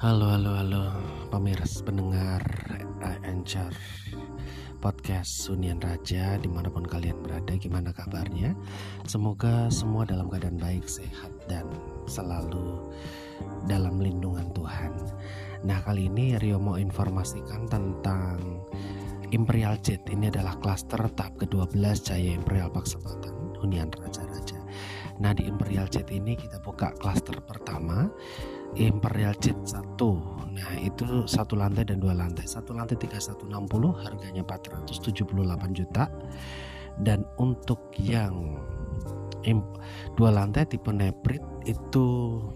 Halo pemirsa pendengar Anchor Podcast Hunian Raja dimanapun kalian berada, gimana kabarnya? Semoga semua dalam keadaan baik, sehat, dan selalu dalam lindungan Tuhan. Nah, kali ini Rio mau informasikan tentang Imperial Jet. Ini adalah klaster tahap ke-12 Jaya Imperial Park Selatan Hunian Raja-Raja. Nah, di Imperial Jet ini kita buka klaster pertama, Imperial Jet 1. Nah, itu satu lantai dan dua lantai. Satu lantai 3160, harganya 478 juta. Dan untuk yang dua lantai tipe Neprit itu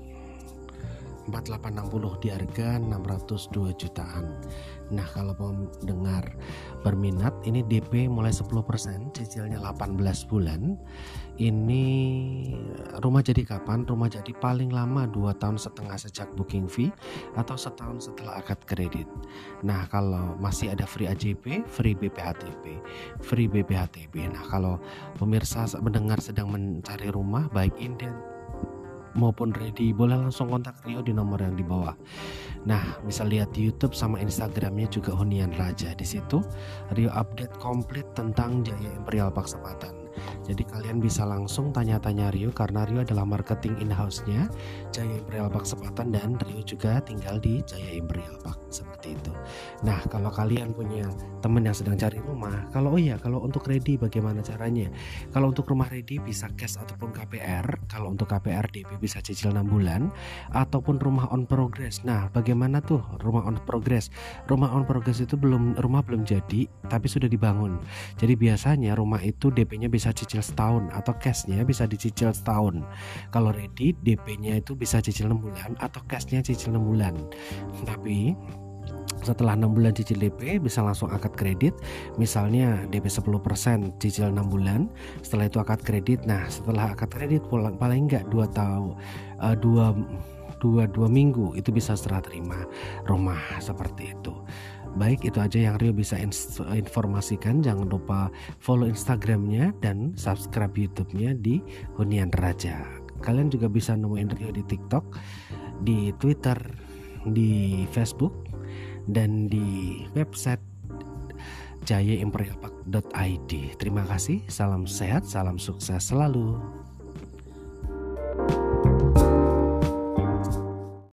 4860, di harga 602 jutaan. Nah, kalau pendengar berminat, ini DP mulai 10%, cicilnya 18 bulan. Ini rumah jadi kapan? Rumah jadi paling lama 2,5 tahun sejak booking fee atau setahun setelah akad kredit. Nah, kalau masih ada free AJP, free BPHTB. Nah, kalau pemirsa mendengar sedang mencari rumah baik inden maupun ready, boleh langsung kontak Rio di nomor yang di bawah. Nah, bisa lihat di YouTube sama Instagramnya juga Hunian Raja. Di situ Rio update komplit tentang Jaya Imperial Park Selatan. Jadi kalian bisa langsung tanya-tanya Rio karena Rio adalah marketing in-house-nya Jaya Imperial Park Selatan, dan Rio juga tinggal di Jaya Imperial Park, seperti itu. Nah, kalau kalian punya teman yang sedang cari rumah, kalau untuk ready bagaimana caranya? Kalau untuk rumah ready bisa cash ataupun KPR. Kalau untuk KPR DP bisa cicil 6 bulan ataupun rumah on progress. Nah, bagaimana tuh rumah on progress? Rumah on progress itu rumah belum jadi tapi sudah dibangun. Jadi biasanya rumah itu DP-nya bisa cicil setahun atau cashnya bisa dicicil setahun. Kalau ready DP-nya itu bisa cicil 6 bulan atau cashnya cicil 6 bulan. Tapi setelah 6 bulan cicil DP bisa langsung akad kredit. Misalnya DP 10%, cicil 6 bulan. Setelah itu akad kredit. Nah, setelah akad kredit paling enggak 2 minggu itu bisa serah terima rumah, seperti itu. Baik, itu aja yang Rio bisa informasikan. Jangan lupa follow Instagramnya dan subscribe YouTube-nya di Hunian Raja. Kalian juga bisa nemuin Rio di TikTok, di Twitter, di Facebook, dan di website jayaimperialpark.id. Terima kasih, salam sehat, salam sukses selalu.